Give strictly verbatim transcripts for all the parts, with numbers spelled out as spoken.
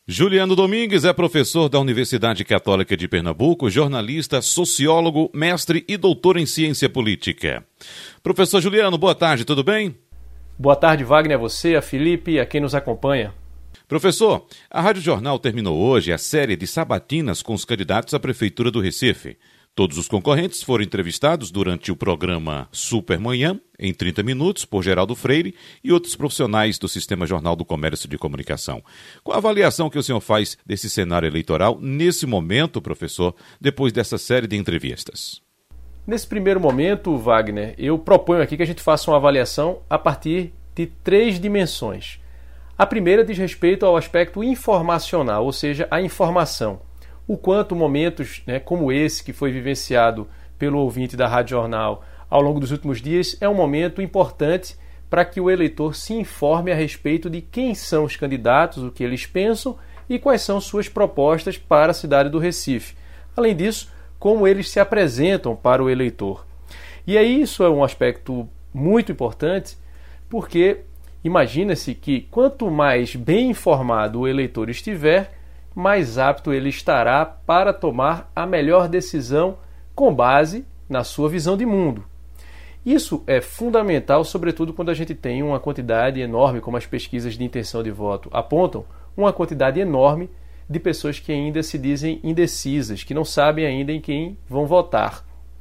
Juliano Domingues é professor da Universidade Católica de Pernambuco, jornalista, sociólogo, mestre e doutor em ciência política. Professor Juliano, boa tarde, tudo bem? Boa tarde, Wagner, a você, a Felipe e a quem nos acompanha. Professor, a Rádio Jornal terminou hoje a série de sabatinas com os candidatos à Prefeitura do Recife. Todos os concorrentes foram entrevistados durante o programa Supermanhã, em trinta minutos, por Geraldo Freire e outros profissionais do Sistema Jornal do Comércio de Comunicação. Qual a avaliação que o senhor faz desse cenário eleitoral nesse momento, professor, depois dessa série de entrevistas? Nesse primeiro momento, Wagner, eu proponho aqui que a gente faça uma avaliação a partir de três dimensões. A primeira diz respeito ao aspecto informacional, ou seja, a informação. O quanto momentos, né, como esse que foi vivenciado pelo ouvinte da Rádio Jornal ao longo dos últimos dias é um momento importante para que o eleitor se informe a respeito de quem são os candidatos, o que eles pensam e quais são suas propostas para a cidade do Recife. Além disso, como eles se apresentam para o eleitor. E aí isso é um aspecto muito importante porque imagina-se que quanto mais bem informado o eleitor estiver, mais apto ele estará para tomar a melhor decisão com base na sua visão de mundo. Isso é fundamental, sobretudo quando a gente tem uma quantidade enorme, como as pesquisas de intenção de voto apontam, uma quantidade enorme de pessoas que ainda se dizem indecisas, que não sabem ainda em quem vão votar.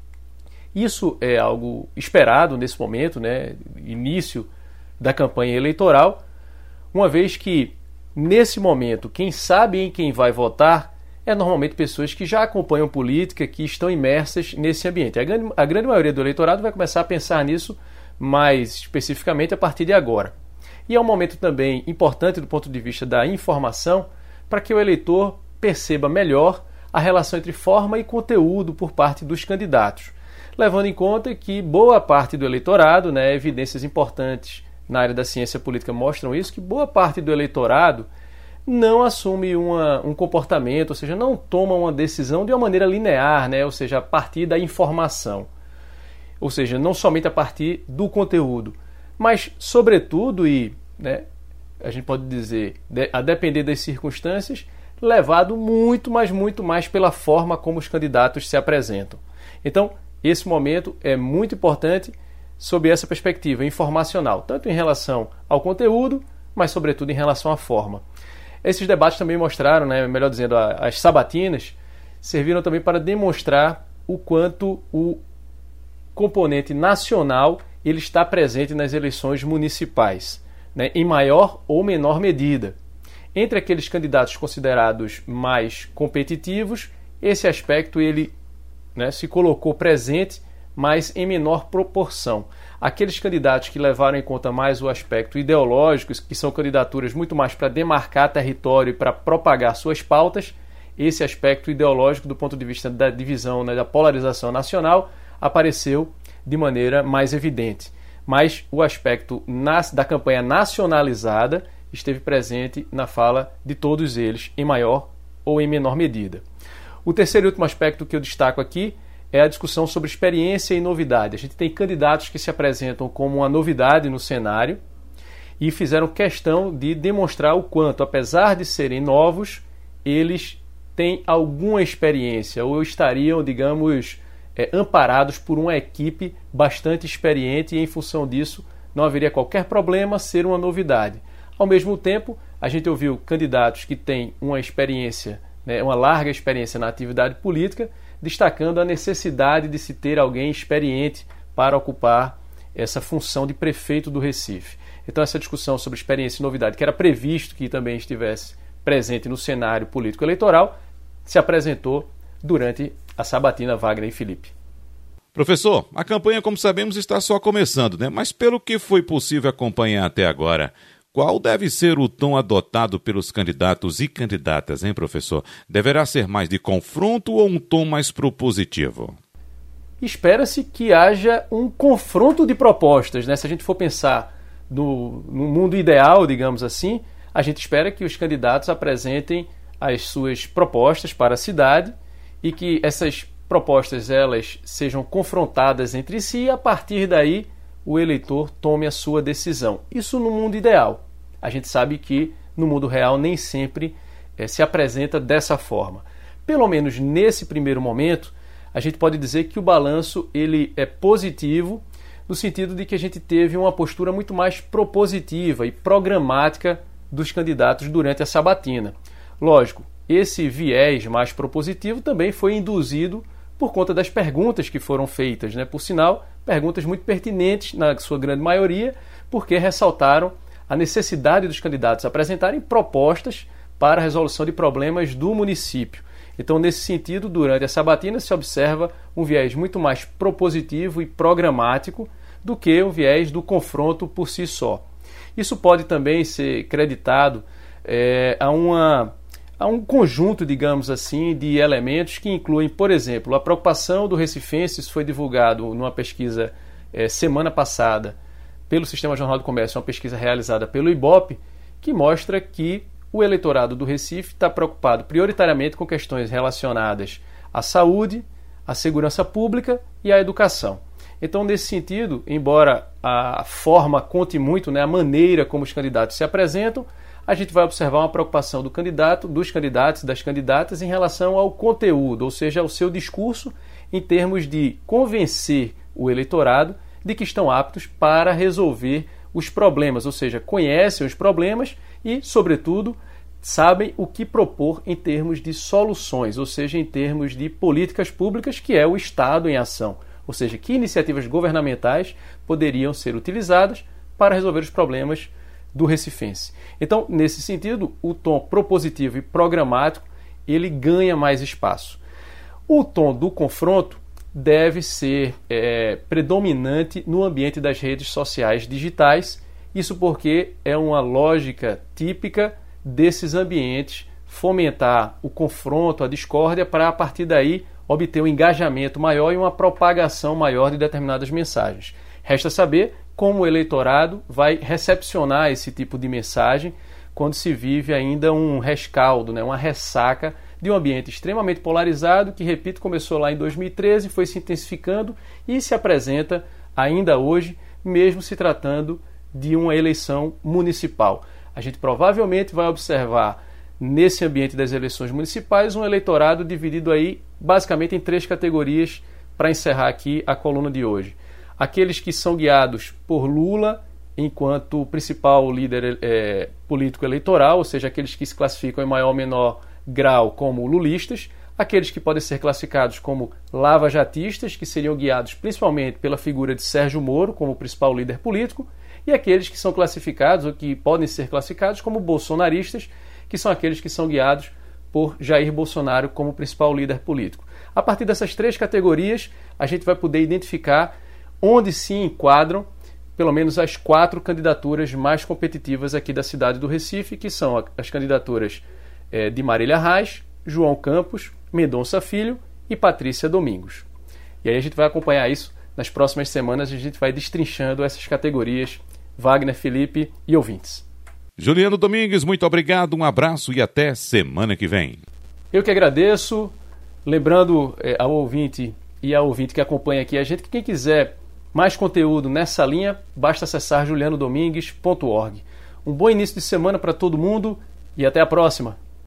Isso é algo esperado nesse momento, né, início da campanha eleitoral, uma vez que nesse momento, quem sabe em quem vai votar é normalmente pessoas que já acompanham política, que estão imersas nesse ambiente. A grande, a grande maioria do eleitorado vai começar a pensar nisso mais especificamente a partir de agora. E é um momento também importante do ponto de vista da informação para que o eleitor perceba melhor a relação entre forma e conteúdo por parte dos candidatos, levando em conta que boa parte do eleitorado, né, evidências importantes na área da ciência política mostram isso, que boa parte do eleitorado não assume uma, um comportamento, ou seja, não toma uma decisão de uma maneira linear, né? Ou seja, a partir da informação. Ou seja, não somente a partir do conteúdo, mas, sobretudo, e né, a gente pode dizer, a depender das circunstâncias, levado muito, mas muito mais pela forma como os candidatos se apresentam. Então, esse momento é muito importante sob essa perspectiva informacional, tanto em relação ao conteúdo, mas sobretudo em relação à forma. Esses debates também mostraram, né, melhor dizendo, as sabatinas, serviram também para demonstrar o quanto o componente nacional ele está presente nas eleições municipais, né, em maior ou menor medida. Entre aqueles candidatos considerados mais competitivos, esse aspecto ele, né, se colocou presente, mas em menor proporção. Aqueles candidatos que levaram em conta mais o aspecto ideológico, que são candidaturas muito mais para demarcar território e para propagar suas pautas, esse aspecto ideológico do ponto de vista da divisão, né, da polarização nacional, apareceu de maneira mais evidente. Mas o aspecto nas, da campanha nacionalizada esteve presente na fala de todos eles, em maior ou em menor medida. O terceiro e último aspecto que eu destaco aqui é a discussão sobre experiência e novidade. A gente tem candidatos que se apresentam como uma novidade no cenário e fizeram questão de demonstrar o quanto, apesar de serem novos, eles têm alguma experiência ou estariam, digamos, é, amparados por uma equipe bastante experiente e, em função disso, não haveria qualquer problema ser uma novidade. Ao mesmo tempo, a gente ouviu candidatos que têm uma experiência, né, uma larga experiência na atividade política, destacando a necessidade de se ter alguém experiente para ocupar essa função de prefeito do Recife. Então essa discussão sobre experiência e novidade, que era previsto que também estivesse presente no cenário político-eleitoral, se apresentou durante a sabatina Wagner e Felipe. Professor, a campanha, como sabemos, está só começando, né? Mas pelo que foi possível acompanhar até agora, qual deve ser o tom adotado pelos candidatos e candidatas, hein, professor? Deverá ser mais de confronto ou um tom mais propositivo? Espera-se que haja um confronto de propostas, né? Se a gente for pensar no, no mundo ideal, digamos assim, a gente espera que os candidatos apresentem as suas propostas para a cidade e que essas propostas elas sejam confrontadas entre si e, a partir daí, o eleitor tome a sua decisão. Isso no mundo ideal. A gente sabe que no mundo real nem sempre é, se apresenta dessa forma. Pelo menos nesse primeiro momento, a gente pode dizer que o balanço ele é positivo, no sentido de que a gente teve uma postura muito mais propositiva e programática dos candidatos durante a sabatina. Lógico, esse viés mais propositivo também foi induzido por conta das perguntas que foram feitas, né? Por sinal, perguntas muito pertinentes, na sua grande maioria, porque ressaltaram a necessidade dos candidatos apresentarem propostas para a resolução de problemas do município. Então, nesse sentido, durante a sabatina se observa um viés muito mais propositivo e programático do que o viés do confronto por si só. Isso pode também ser creditado é, a, uma, a um conjunto, digamos assim, de elementos que incluem, por exemplo, a preocupação do recifense. Isso foi divulgado numa pesquisa é, semana passada pelo Sistema Jornal do Comércio, uma pesquisa realizada pelo Ibope, que mostra que o eleitorado do Recife está preocupado prioritariamente com questões relacionadas à saúde, à segurança pública e à educação. Então, nesse sentido, embora a forma conte muito, né, a maneira como os candidatos se apresentam, a gente vai observar uma preocupação do candidato, dos candidatos e das candidatas em relação ao conteúdo, ou seja, ao seu discurso em termos de convencer o eleitorado de que estão aptos para resolver os problemas, ou seja, conhecem os problemas e, sobretudo, sabem o que propor em termos de soluções, ou seja, em termos de políticas públicas, que é o Estado em ação. Ou seja, que iniciativas governamentais poderiam ser utilizadas para resolver os problemas do recifense. Então, nesse sentido, o tom propositivo e programático ele ganha mais espaço. O tom do confronto deve ser é, predominante no ambiente das redes sociais digitais, isso porque é uma lógica típica desses ambientes fomentar o confronto, a discórdia, para a partir daí obter um engajamento maior e uma propagação maior de determinadas mensagens. Resta saber como o eleitorado vai recepcionar esse tipo de mensagem quando se vive ainda um rescaldo, né, uma ressaca de um ambiente extremamente polarizado que, repito, começou lá em dois mil e treze, foi se intensificando e se apresenta ainda hoje, mesmo se tratando de uma eleição municipal. A gente provavelmente vai observar nesse ambiente das eleições municipais um eleitorado dividido aí basicamente em três categorias para encerrar aqui a coluna de hoje. Aqueles que são guiados por Lula enquanto principal líder é, político eleitoral, ou seja, aqueles que se classificam em maior ou menor grau como lulistas, aqueles que podem ser classificados como lava-jatistas, que seriam guiados principalmente pela figura de Sérgio Moro como principal líder político, e aqueles que são classificados ou que podem ser classificados como bolsonaristas, que são aqueles que são guiados por Jair Bolsonaro como principal líder político. A partir dessas três categorias, a gente vai poder identificar onde se enquadram pelo menos as quatro candidaturas mais competitivas aqui da cidade do Recife, que são as candidaturas é, de Marília Reis, João Campos, Mendonça Filho e Patrícia Domingos. E aí a gente vai acompanhar isso nas próximas semanas, a gente vai destrinchando essas categorias, Wagner, Felipe e ouvintes. Juliano Domingues, muito obrigado, um abraço e até semana que vem. Eu que agradeço, lembrando é, ao ouvinte e ao ouvinte que acompanha aqui a gente, que quem quiser mais conteúdo nessa linha, basta acessar juliano domingues ponto org. Um bom início de semana para todo mundo e até a próxima!